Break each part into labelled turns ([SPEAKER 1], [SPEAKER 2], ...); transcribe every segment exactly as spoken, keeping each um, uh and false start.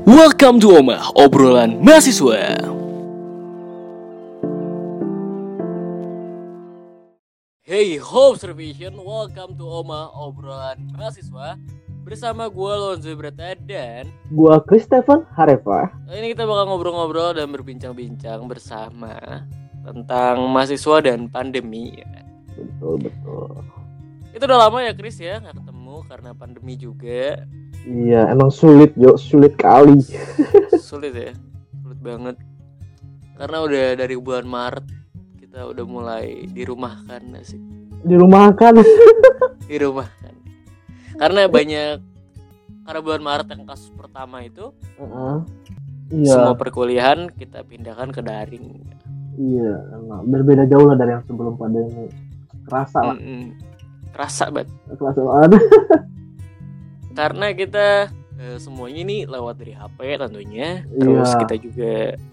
[SPEAKER 1] Welcome to Oma, obrolan mahasiswa. Hey Homes Revision, welcome to Oma, obrolan mahasiswa. Bersama gue Lonzo Brata dan
[SPEAKER 2] gue Christopher Harefa.
[SPEAKER 1] Ini kita bakal ngobrol-ngobrol dan berbincang-bincang bersama tentang mahasiswa dan pandemi.
[SPEAKER 2] Betul betul.
[SPEAKER 1] Itu udah lama ya Chris ya nggak ketemu karena pandemi juga.
[SPEAKER 2] Iya, emang sulit Jo, sulit kali.
[SPEAKER 1] Sulit ya, sulit banget. Karena udah dari bulan Maret kita udah mulai dirumahkan sih.
[SPEAKER 2] Dirumahkan.
[SPEAKER 1] Dirumahkan. Karena banyak, karena bulan Maret yang kasus pertama itu,
[SPEAKER 2] uh-uh. Iya.
[SPEAKER 1] Semua perkuliahan kita pindahkan ke daring.
[SPEAKER 2] Iya, emang berbeda jauh lah dari yang sebelum pandemi. Kerasa lah.
[SPEAKER 1] Mm-mm. Kerasa banget.
[SPEAKER 2] Kerasa banget.
[SPEAKER 1] Karena kita eh, semuanya ini lewat dari H P tentunya. Terus
[SPEAKER 2] Iya.
[SPEAKER 1] kita juga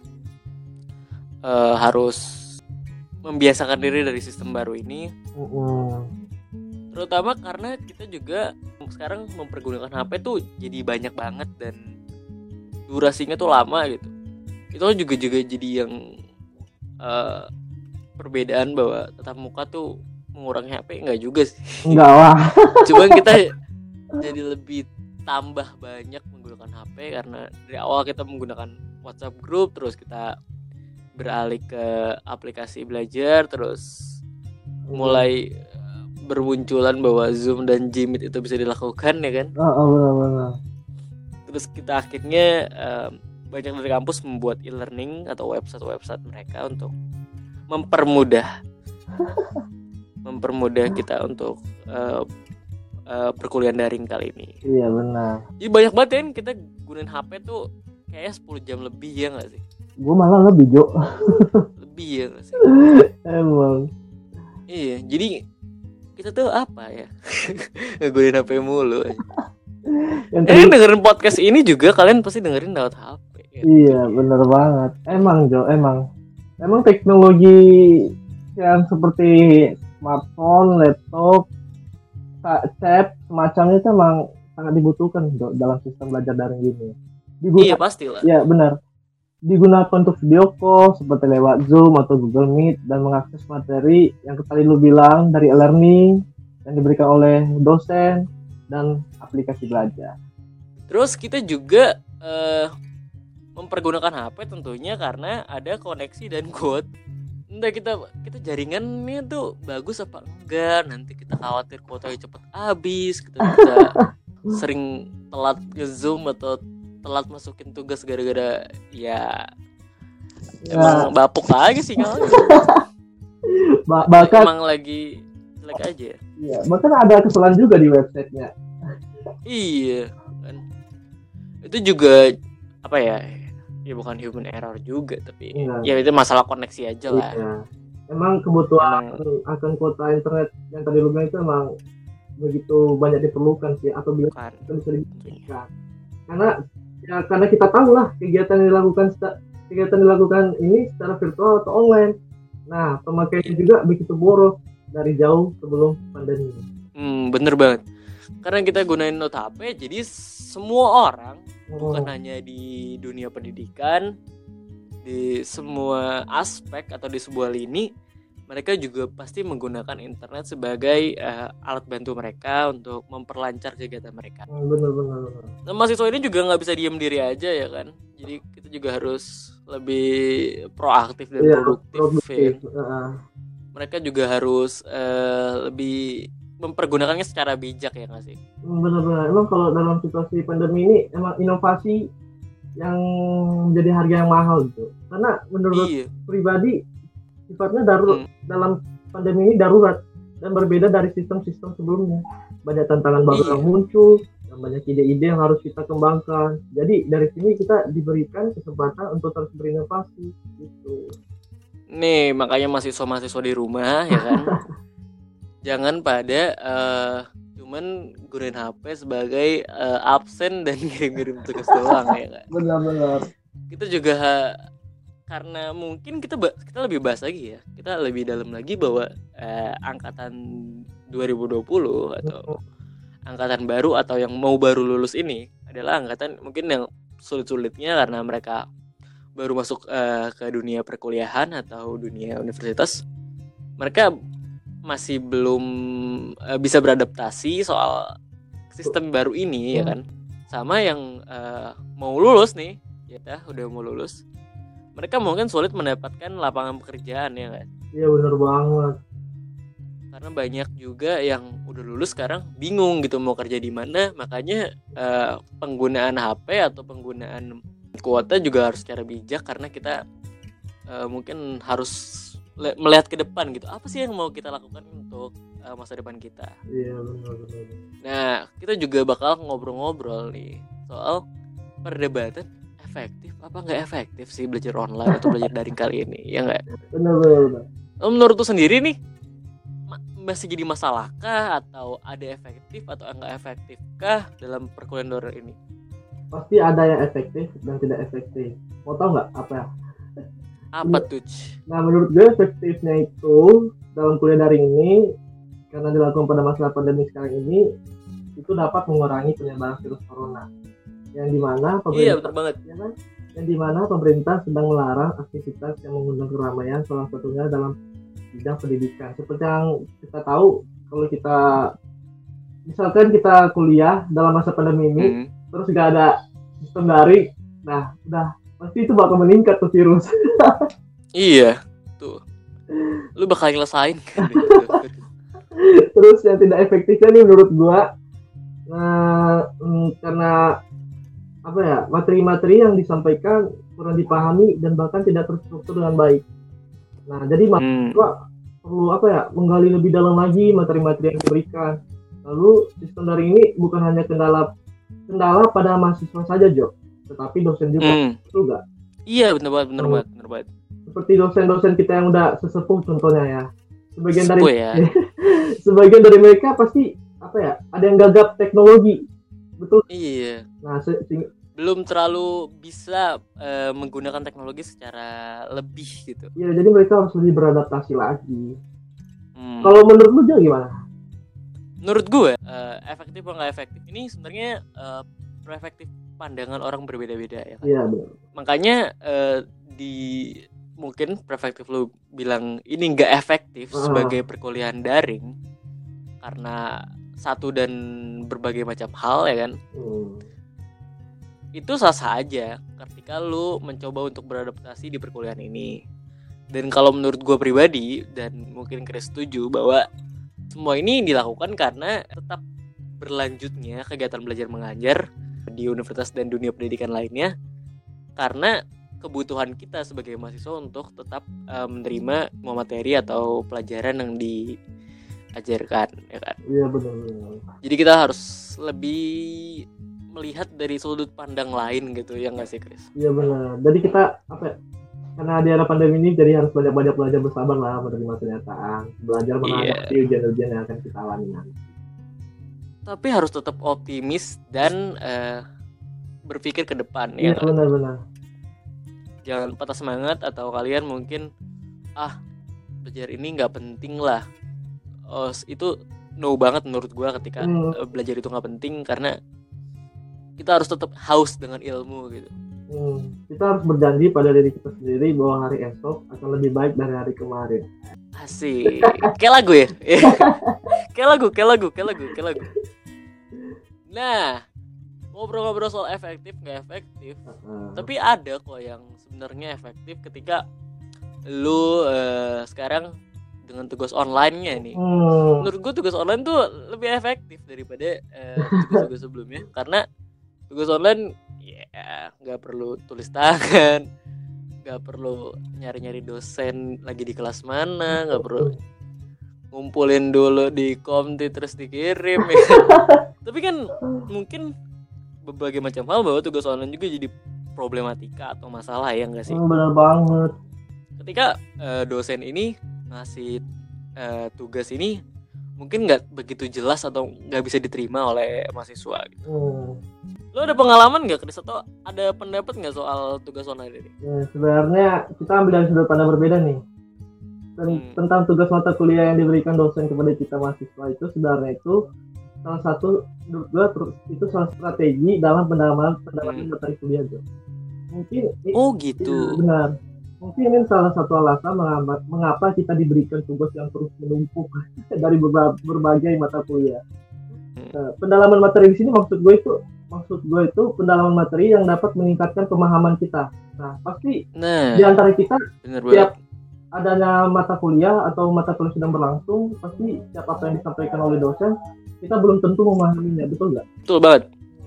[SPEAKER 1] eh, harus membiasakan diri dari sistem baru ini.
[SPEAKER 2] Uh-uh.
[SPEAKER 1] Terutama karena kita juga sekarang mempergunakan H P tuh jadi banyak banget dan durasinya tuh lama gitu. Itu kan juga juga jadi yang uh, perbedaan bahwa tatap muka tuh mengurangi H P enggak juga sih.
[SPEAKER 2] Enggak lah.
[SPEAKER 1] Cuma kita jadi lebih tambah banyak menggunakan H P karena dari awal kita menggunakan WhatsApp group, terus kita beralih ke aplikasi belajar, terus mulai bermunculan bahwa Zoom dan Jimit itu bisa dilakukan ya kan.
[SPEAKER 2] Oh, oh benar-benar.
[SPEAKER 1] Terus kita akhirnya um, banyak dari kampus membuat e-learning atau website-website mereka untuk mempermudah mempermudah kita untuk uh, uh, perkuliahan daring kali ini.
[SPEAKER 2] Iya benar.
[SPEAKER 1] Jadi banyak banget kan kita gunain H P tuh kayaknya sepuluh jam lebih ya nggak sih?
[SPEAKER 2] Gue malah lebih Jo.
[SPEAKER 1] Lebih ya nggak sih?
[SPEAKER 2] Emang.
[SPEAKER 1] Iya, jadi kita tuh apa ya? Ngegunain H P mulu aja.
[SPEAKER 2] Yang
[SPEAKER 1] Eh dengerin podcast ini juga kalian pasti dengerin lewat H P ya?
[SPEAKER 2] Iya benar banget. Emang Jo, emang. Emang teknologi yang seperti smartphone, laptop, tab, semacamnya itu emang sangat dibutuhkan Jo, dalam sistem belajar daring gini. Diguna-
[SPEAKER 1] Iya pastilah.
[SPEAKER 2] Iya benar. Digunakan untuk video call seperti lewat Zoom atau Google Meet dan mengakses materi yang tadi lu bilang dari e-learning yang diberikan oleh dosen dan aplikasi belajar.
[SPEAKER 1] Terus kita juga eh, mempergunakan H P tentunya karena ada koneksi dan quote. Entah kita kita jaringannya tuh bagus apa enggak, nanti kita khawatir kuotanya cepet habis, kita bisa sering telat nge-zoom atau telat masukin tugas gara-gara ya,
[SPEAKER 2] Ya.
[SPEAKER 1] emang bapuk aja sih kalau
[SPEAKER 2] Ba- bahkan
[SPEAKER 1] emang lagi jelek aja.
[SPEAKER 2] iya, bahkan ada kesalahan juga di websitenya.
[SPEAKER 1] Iya kan, itu juga apa ya, ya bukan human error juga tapi
[SPEAKER 2] Iya.
[SPEAKER 1] ya itu masalah koneksi aja lah.
[SPEAKER 2] Iya. Emang kebutuhan
[SPEAKER 1] Emang-
[SPEAKER 2] akan kuota internet yang tadi lu bilang itu emang begitu banyak diperlukan sih, atau bila
[SPEAKER 1] Bukan
[SPEAKER 2] kita bisa diberikan. Karena ya, karena kita tahu lah kegiatan yang dilakukan kegiatan dilakukan ini secara virtual atau online. Nah, pemakaiannya juga begitu boros dari jauh sebelum pandemi.
[SPEAKER 1] hmm, bener banget karena kita gunain note H P, jadi semua orang bukan
[SPEAKER 2] Oh,
[SPEAKER 1] hanya di dunia pendidikan, di semua aspek atau di sebuah lini mereka juga pasti menggunakan internet sebagai uh, alat bantu mereka untuk memperlancar kegiatan mereka.
[SPEAKER 2] benar-benar.
[SPEAKER 1] Nah, mahasiswa ini juga nggak bisa diem diri aja ya kan, jadi kita juga harus lebih proaktif dan
[SPEAKER 2] Iya,
[SPEAKER 1] produktif,
[SPEAKER 2] produktif.
[SPEAKER 1] ya.
[SPEAKER 2] Heeh.
[SPEAKER 1] Mereka juga harus uh, lebih mempergunakannya secara bijak ya nggak sih?
[SPEAKER 2] Benar-benar. Emang kalau dalam situasi pandemi ini emang inovasi yang menjadi harga yang mahal gitu. Karena menurut
[SPEAKER 1] Iya.
[SPEAKER 2] pribadi sifatnya darurat.
[SPEAKER 1] Hmm.
[SPEAKER 2] Dalam pandemi ini darurat dan berbeda dari sistem-sistem sebelumnya. Banyak tantangan baru
[SPEAKER 1] Iya.
[SPEAKER 2] yang muncul dan banyak ide-ide yang harus kita kembangkan. Jadi dari sini kita diberikan kesempatan untuk terus berinovasi gitu.
[SPEAKER 1] Nih makanya mahasiswa-mahasiswa di rumah ya kan, jangan pada uh, cuman gunain H P sebagai uh, absen dan ngirim-ngirim tugas doang ya kan.
[SPEAKER 2] Benar-benar.
[SPEAKER 1] Kita juga karena mungkin kita kita lebih bahas lagi ya, kita lebih dalam lagi bahwa uh, angkatan dua ribu dua puluh atau angkatan baru atau yang mau baru lulus ini adalah angkatan mungkin yang sulit-sulitnya karena mereka baru masuk uh, ke dunia perkuliahan atau dunia universitas, mereka masih belum uh, bisa beradaptasi soal sistem baru ini, ya kan? Sama yang uh, mau lulus nih, ya udah mau lulus, mereka mungkin sulit mendapatkan lapangan pekerjaan, ya kan?
[SPEAKER 2] Iya benar banget.
[SPEAKER 1] Karena banyak juga yang udah lulus sekarang bingung gitu mau kerja di mana, makanya uh, penggunaan H P atau penggunaan kuota juga harus secara bijak karena kita uh, mungkin harus le- melihat ke depan gitu. Apa sih yang mau kita lakukan untuk uh, masa depan kita?
[SPEAKER 2] Iya benar-benar.
[SPEAKER 1] Nah, kita juga bakal ngobrol-ngobrol nih soal perdebatan efektif apa nggak efektif sih belajar online atau belajar daring kali ini, ya nggak?
[SPEAKER 2] Benar-benar.
[SPEAKER 1] Menurut tuh sendiri nih, masih jadi masalah kah atau ada efektif atau enggak efektif kah dalam perkuliahan daring ini?
[SPEAKER 2] Pasti ada yang efektif dan tidak efektif. Mau tahu nggak apa ya?
[SPEAKER 1] Apa tuh?
[SPEAKER 2] Nah menurut gue efektifnya itu dalam kuliah daring ini karena dilakukan pada masa pandemi sekarang ini itu dapat mengurangi penyebaran virus corona. Yang dimana pemerintah,
[SPEAKER 1] iya betul banget.
[SPEAKER 2] Ya kan? Yang dimana pemerintah sedang melarang aktivitas yang mengundang keramaian, salah satunya dalam bidang pendidikan. Seperti yang kita tahu, kalau kita misalkan kita kuliah dalam masa pandemi ini, hmm. terus gak ada sistem daring, nah udah pasti itu bakal meningkat tuh virus.
[SPEAKER 1] Iya, tuh. Lu bakal ngelesain kan?
[SPEAKER 2] Terus yang tidak efektifnya nih menurut gua, nah, hmm, karena apa ya, materi-materi yang disampaikan kurang dipahami dan bahkan tidak terstruktur dengan baik. Nah, jadi mahasiswa hmm. perlu apa ya, menggali lebih dalam lagi materi-materi yang diberikan. Lalu sistem daring ini bukan hanya kendala kendala pada mahasiswa saja, Jo, tetapi dosen juga. Hmm. Betul nggak?
[SPEAKER 1] Iya, benar banget, benar banget, benar banget.
[SPEAKER 2] Seperti dosen-dosen kita yang udah sesepuh contohnya ya. Sebagian
[SPEAKER 1] Sepuh,
[SPEAKER 2] dari
[SPEAKER 1] ya.
[SPEAKER 2] sebagian dari mereka pasti apa ya, ada yang gagap teknologi. Betul?
[SPEAKER 1] Iya.
[SPEAKER 2] Nah, se- sing-
[SPEAKER 1] belum terlalu bisa uh, menggunakan teknologi secara lebih gitu.
[SPEAKER 2] Ya, jadi mereka harus lebih beradaptasi lagi. Hmm. Kalau menurut lu juga gimana?
[SPEAKER 1] Menurut gue, uh, efektif atau nggak efektif ini sebenarnya uh, perspektif pandangan orang berbeda-beda ya kan?
[SPEAKER 2] Iya benar.
[SPEAKER 1] Makanya uh, di mungkin perspektif lu bilang ini nggak efektif uh. sebagai perkuliahan daring karena satu dan berbagai macam hal ya kan. Hmm. Itu sah-sah aja ketika lu mencoba untuk beradaptasi di perkuliahan ini. Dan kalau menurut gue pribadi, dan mungkin Chris setuju bahwa semua ini dilakukan karena tetap berlanjutnya kegiatan belajar mengajar di universitas dan dunia pendidikan lainnya, karena kebutuhan kita sebagai mahasiswa untuk tetap uh, menerima semua materi atau pelajaran yang diajarkan, ya kan?
[SPEAKER 2] Iya benar-benar.
[SPEAKER 1] Jadi kita harus lebih melihat dari sudut pandang lain gitu, ya nggak sih Chris?
[SPEAKER 2] Iya benar. Jadi kita apa ya? Karena di era pandemi ini jadi harus banyak-banyak belajar bersabar lah menerima kenyataan, belajar menghadapi yeah. ujian-ujian yang akan kita alami nanti.
[SPEAKER 1] Tapi harus tetap optimis dan uh, berpikir ke depan,
[SPEAKER 2] ya. Iya
[SPEAKER 1] kan?
[SPEAKER 2] benar-benar.
[SPEAKER 1] Jangan patah semangat atau kalian mungkin ah belajar ini nggak penting lah. Oh itu no banget menurut gue ketika hmm. uh, belajar itu nggak penting karena kita harus tetap haus dengan ilmu gitu.
[SPEAKER 2] Hmm, kita harus berjanji pada diri kita sendiri bahwa hari esok akan lebih baik dari hari kemarin.
[SPEAKER 1] Asik. Kayak lagu ya? Kayak lagu, kayak lagu, kayak lagu, kayak lagu. Nah, ngobrol-ngobrol soal efektif nggak efektif, uh-huh. tapi ada kok yang sebenarnya efektif ketika lu uh, sekarang dengan tugas online-nya nih. Hmm. Menurut gue tugas online tuh lebih efektif daripada uh, tugas-tugas sebelumnya karena tugas online ya nggak perlu tulis tangan, nggak perlu nyari-nyari dosen lagi di kelas mana, nggak perlu ngumpulin dulu di komti terus dikirim ya. Tapi kan mungkin berbagai macam hal bahwa tugas online juga jadi problematika atau masalah ya nggak sih?
[SPEAKER 2] Benar banget.
[SPEAKER 1] Ketika uh, dosen ini ngasih uh, tugas ini mungkin nggak begitu jelas atau nggak bisa diterima oleh mahasiswa gitu. Hmm. Lo ada pengalaman nggak, Chris, atau ada pendapat nggak soal tugas online ini?
[SPEAKER 2] Ya, sebenarnya kita ambil dari sudut pandang berbeda nih. Ten- hmm. Tentang tugas mata kuliah yang diberikan dosen kepada kita mahasiswa itu sebenarnya itu salah satu menurut gua terus itu salah satu strategi dalam pendalaman pendalaman
[SPEAKER 1] Hmm.
[SPEAKER 2] materi kuliah tuh. Mungkin i-
[SPEAKER 1] Oh
[SPEAKER 2] iya,
[SPEAKER 1] gitu.
[SPEAKER 2] benar. Mungkin ini salah satu alasan mengapa, mengapa kita diberikan tugas yang terus menumpuk dari berba- berbagai mata kuliah.
[SPEAKER 1] Hmm.
[SPEAKER 2] Nah, pendalaman materi di sini maksud gue itu maksud gue itu pendalaman materi yang dapat meningkatkan pemahaman kita. Nah, pasti
[SPEAKER 1] Nah,
[SPEAKER 2] di antara kita
[SPEAKER 1] bener banget.
[SPEAKER 2] tiap adanya mata kuliah atau mata kuliah sedang berlangsung, pasti setiap apa yang disampaikan oleh dosen kita belum tentu memahaminya, betul nggak?
[SPEAKER 1] Betul banget.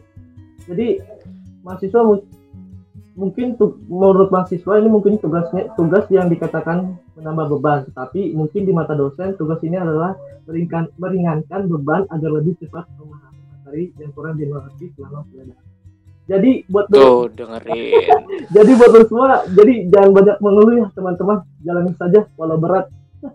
[SPEAKER 2] Jadi mahasiswa mu- mungkin tu- menurut mahasiswa ini mungkin tugasnya tugas yang dikatakan menambah beban, tapi mungkin di mata dosen tugas ini adalah meringan, meringankan beban agar lebih cepat memahami materi yang kurang dimengerti selama pelajaran. Jadi buat lo,
[SPEAKER 1] Tuh dengerin.
[SPEAKER 2] jadi buat lo semua, jadi jangan banyak mengeluh ya teman-teman, jalani saja walau berat.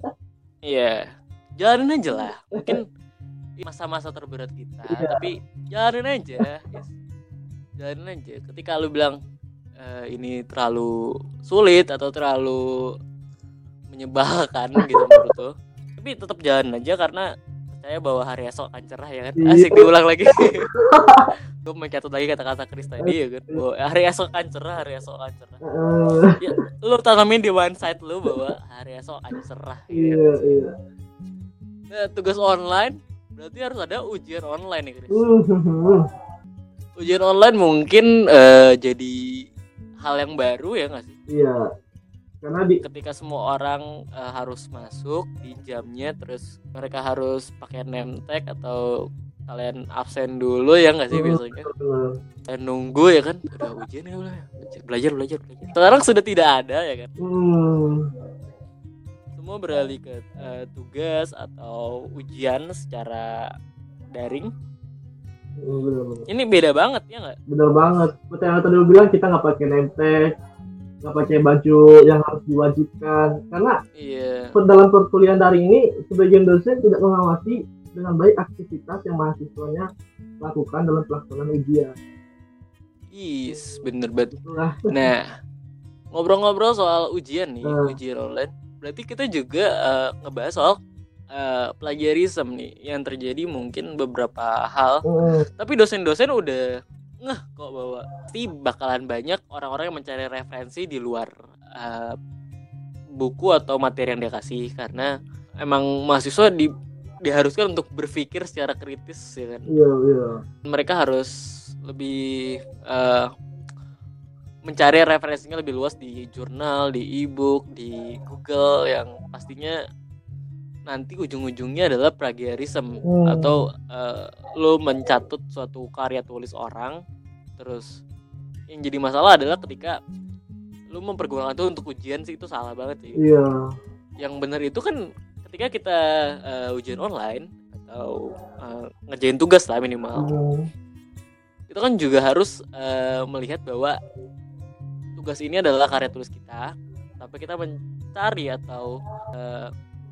[SPEAKER 1] Iya. Jalanin aja lah. Mungkin di masa-masa terberat kita,
[SPEAKER 2] Iya.
[SPEAKER 1] tapi jalanin aja. Yes. Jalanin aja. Ketika lu bilang e, ini terlalu sulit atau terlalu menyebalkan gitu menurut lo, tapi tetap jalan aja karena percaya bahwa hari esok akan cerah ya kan.
[SPEAKER 2] Iya.
[SPEAKER 1] Asik diulang lagi. Gue mencatat lagi kata-kata Chris tadi ya kan, bahwa hari esok akan cerah, hari esok akan cerah.
[SPEAKER 2] Eh,
[SPEAKER 1] Ya, lu tanamin di mindset lu bahwa hari esok akan cerah.
[SPEAKER 2] iya iya.
[SPEAKER 1] Nah, tugas online berarti harus ada ujian online nih Chris.
[SPEAKER 2] Uh,
[SPEAKER 1] Ujian online mungkin eh, jadi hal yang baru ya nggak sih?
[SPEAKER 2] Iya. Karena di
[SPEAKER 1] Ketika semua orang eh, harus masuk di jamnya, terus mereka harus pakai name tag atau kalian absen dulu ya nggak sih biasanya? Dan nunggu ya kan, udah ujian ya udah belajar belajar belajar. Sekarang sudah tidak ada ya kan?
[SPEAKER 2] hmm,
[SPEAKER 1] Semua beralih ke eh, tugas atau ujian secara daring.
[SPEAKER 2] bener,
[SPEAKER 1] Ini beda banget ya nggak?
[SPEAKER 2] bener banget. Seperti yang tadi lu bilang, kita nggak pakai name tag, nggak pakai baju yang harus diwajibkan. Karena
[SPEAKER 1] Iya.
[SPEAKER 2] dalam perkuliahan daring ini, sebagian dosen tidak mengawasi dengan baik aktivitas yang mahasiswanya lakukan dalam pelaksanaan ujian.
[SPEAKER 1] Is bener banget.
[SPEAKER 2] Itulah.
[SPEAKER 1] Nah, ngobrol-ngobrol soal ujian nih,
[SPEAKER 2] Hmm.
[SPEAKER 1] ujian online. Berarti kita juga eh, ngebahas soal eh, plagiarism nih yang terjadi mungkin beberapa hal.
[SPEAKER 2] Hmm,
[SPEAKER 1] Tapi dosen-dosen udah ngeh kok bahwa pasti bakalan banyak orang-orang yang mencari referensi di luar eh, buku atau materi yang dia kasih, karena emang mahasiswa di, diharuskan untuk berpikir secara kritis ya kan.
[SPEAKER 2] iya iya.
[SPEAKER 1] Mereka harus lebih eh, mencari referensinya lebih luas di jurnal, di e-book, di Google, yang pastinya nanti ujung-ujungnya adalah plagiarism.
[SPEAKER 2] Hmm.
[SPEAKER 1] Atau uh, lo mencatut suatu karya tulis orang, terus yang jadi masalah adalah ketika lo mempergunakan itu untuk ujian sih, itu salah banget sih.
[SPEAKER 2] Iya.
[SPEAKER 1] Yang benar itu kan ketika kita uh, ujian online atau uh, ngerjain tugas lah minimal,
[SPEAKER 2] Hmm,
[SPEAKER 1] itu kan juga harus uh, melihat bahwa tugas ini adalah karya tulis kita, tapi kita mencari atau uh,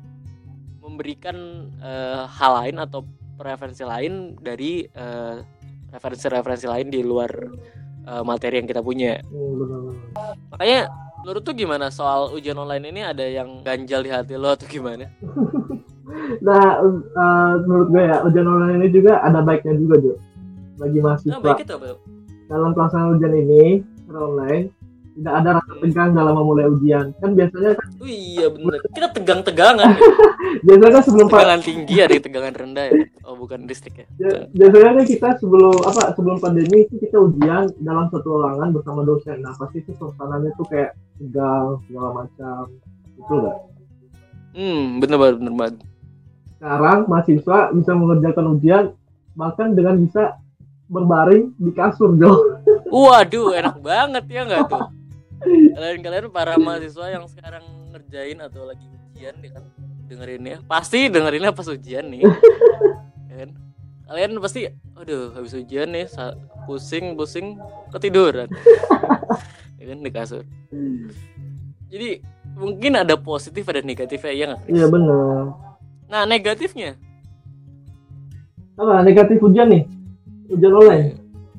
[SPEAKER 1] memberikan uh, hal lain atau referensi lain dari uh, referensi-referensi lain di luar uh, materi yang kita punya.
[SPEAKER 2] hmm, benar.
[SPEAKER 1] Makanya menurut tuh gimana soal ujian online ini, ada yang ganjal di hati lo atau gimana?
[SPEAKER 2] Nah, uh, menurut gue ya, ujian online ini juga ada baiknya juga, Jo. Bagi mahasiswa.
[SPEAKER 1] Nah, baik itu apa?
[SPEAKER 2] Dalam pelaksanaan ujian ini, secara online, tidak ada rasa tegang dalam memulai ujian. Kan biasanya kan,
[SPEAKER 1] Oh iya bener, kita tegang-tegangan ya.
[SPEAKER 2] biasanya kan sebelum pa-
[SPEAKER 1] Tegangan tinggi ada tegangan rendah ya. Oh bukan listrik ya.
[SPEAKER 2] ya, biasanya kan kita sebelum apa sebelum pandemi itu kita ujian dalam satu ruangan bersama dosen. Nah, pasti itu suasananya tuh kayak tegang segala macam. Betul nggak?
[SPEAKER 1] Hmm bener banget, bener banget.
[SPEAKER 2] Sekarang mahasiswa bisa mengerjakan ujian bahkan dengan bisa berbaring di kasur, Jo.
[SPEAKER 1] Waduh, enak banget ya nggak tuh? Kalian-kalian para mahasiswa yang sekarang ngerjain atau lagi ujian nih kan, dengerinnya pasti dengerinnya pas ujian nih, ya kan? Kalian pasti, aduh habis ujian nih, pusing-pusing ketiduran, ya kan, di kasur. Jadi mungkin ada positif ada negatifnya ya nggak?
[SPEAKER 2] Iya benar.
[SPEAKER 1] Nah negatifnya
[SPEAKER 2] Apa negatif ujian nih? Ujian online.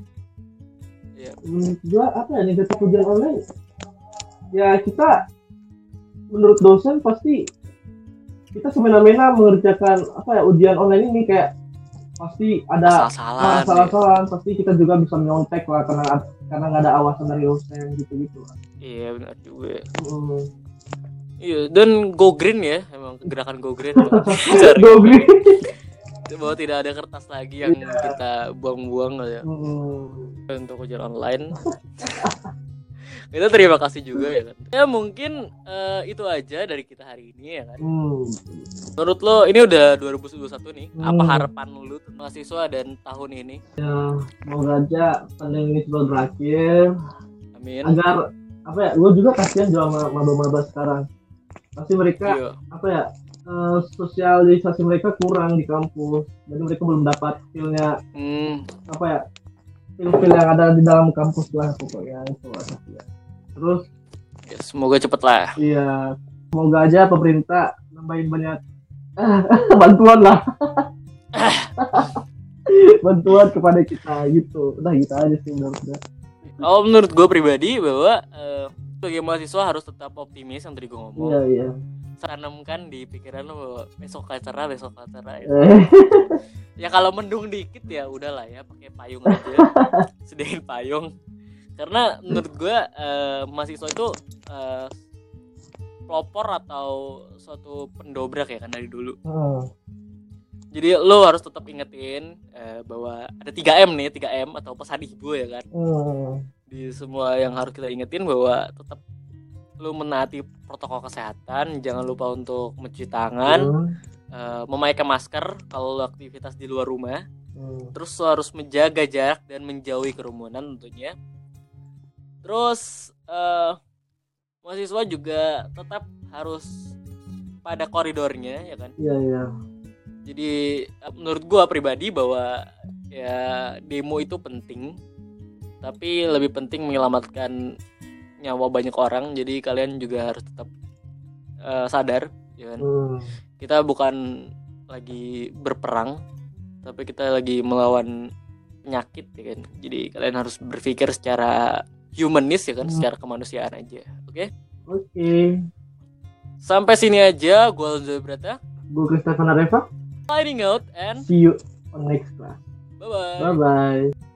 [SPEAKER 1] ya,
[SPEAKER 2] Menurut gua apa ya negatif ujian online? Ya kita menurut dosen pasti kita semena-mena mengerjakan apa ya ujian online ini kayak pasti ada
[SPEAKER 1] Asal-asalan.
[SPEAKER 2] salah-salahan, pasti kita juga bisa nyontek lah karena karena nggak ada awasan dari dosen gitu-gitu lah.
[SPEAKER 1] Iya benar juga.
[SPEAKER 2] Hmm.
[SPEAKER 1] Iya, dan go green ya, emang gerakan go green. Cari
[SPEAKER 2] Go green.
[SPEAKER 1] bahwa tidak ada kertas lagi yang
[SPEAKER 2] Iya.
[SPEAKER 1] kita buang-buang ya
[SPEAKER 2] Hmm.
[SPEAKER 1] untuk ujian online. Kita terima kasih juga ya kan. Ya mungkin eh, itu aja dari kita hari ini ya kan.
[SPEAKER 2] Hmm.
[SPEAKER 1] Menurut lo ini udah dua ribu dua puluh satu nih,
[SPEAKER 2] Hmm.
[SPEAKER 1] apa harapan lu tuh mahasiswa dan tahun ini?
[SPEAKER 2] Semoga aja pandemi ini segera berakhir.
[SPEAKER 1] Amin.
[SPEAKER 2] Agar apa ya, gue juga kasihan juga sama maba-maba sekarang. Pasti mereka
[SPEAKER 1] Iya.
[SPEAKER 2] apa ya, eh, sosialisasi mereka kurang di kampus, jadi mereka belum dapat feel-nya
[SPEAKER 1] Hmm,
[SPEAKER 2] apa ya, feel-feel yang ada di dalam kampus lah pokoknya itu lah ya. Terus
[SPEAKER 1] ya, semoga cepet lah.
[SPEAKER 2] iya, semoga aja pemerintah nambahin banyak bantuan lah. Bantuan kepada kita gitu. Udah gitu aja sih menurut gue.
[SPEAKER 1] Oh, menurut gue pribadi bahwa eh, sebagai mahasiswa harus tetap optimis yang tadi gue ngomong.
[SPEAKER 2] Iya iya.
[SPEAKER 1] Tanamkan di pikiran lo bahwa besok acara, besok acara. Ya,
[SPEAKER 2] Eh,
[SPEAKER 1] ya kalau mendung dikit ya udahlah ya, pakai payung aja. Sediain payung. Karena menurut gue eh, mahasiswa itu eh, pelopor atau suatu pendobrak ya kan dari dulu.
[SPEAKER 2] hmm.
[SPEAKER 1] Jadi lo harus tetap ingetin eh, bahwa ada tiga M nih, tiga M atau pesan ibu ya kan.
[SPEAKER 2] Hmm.
[SPEAKER 1] Di semua yang harus kita ingetin bahwa tetap lo menaati protokol kesehatan, jangan lupa untuk mencuci tangan,
[SPEAKER 2] Hmm.
[SPEAKER 1] eh, memakai masker kalau lo aktivitas di luar rumah.
[SPEAKER 2] Hmm.
[SPEAKER 1] Terus lo harus menjaga jarak dan menjauhi kerumunan tentunya. Terus eh, mahasiswa juga tetap harus pada koridornya ya kan.
[SPEAKER 2] Iya iya.
[SPEAKER 1] Jadi menurut gua pribadi bahwa ya demo itu penting, tapi lebih penting menyelamatkan nyawa banyak orang. Jadi kalian juga harus tetap uh, sadar ya kan?
[SPEAKER 2] Hmm.
[SPEAKER 1] Kita bukan lagi berperang, tapi kita lagi melawan penyakit ya kan. Jadi kalian harus berpikir secara humanis ya kan,
[SPEAKER 2] Hmm.
[SPEAKER 1] secara kemanusiaan aja. Oke?
[SPEAKER 2] Oke.
[SPEAKER 1] Sampai sini aja. Gua Alonzo Brata
[SPEAKER 2] Gue Christopher Reva.
[SPEAKER 1] signing out and
[SPEAKER 2] See you on next class.
[SPEAKER 1] bye bye.
[SPEAKER 2] Bye bye.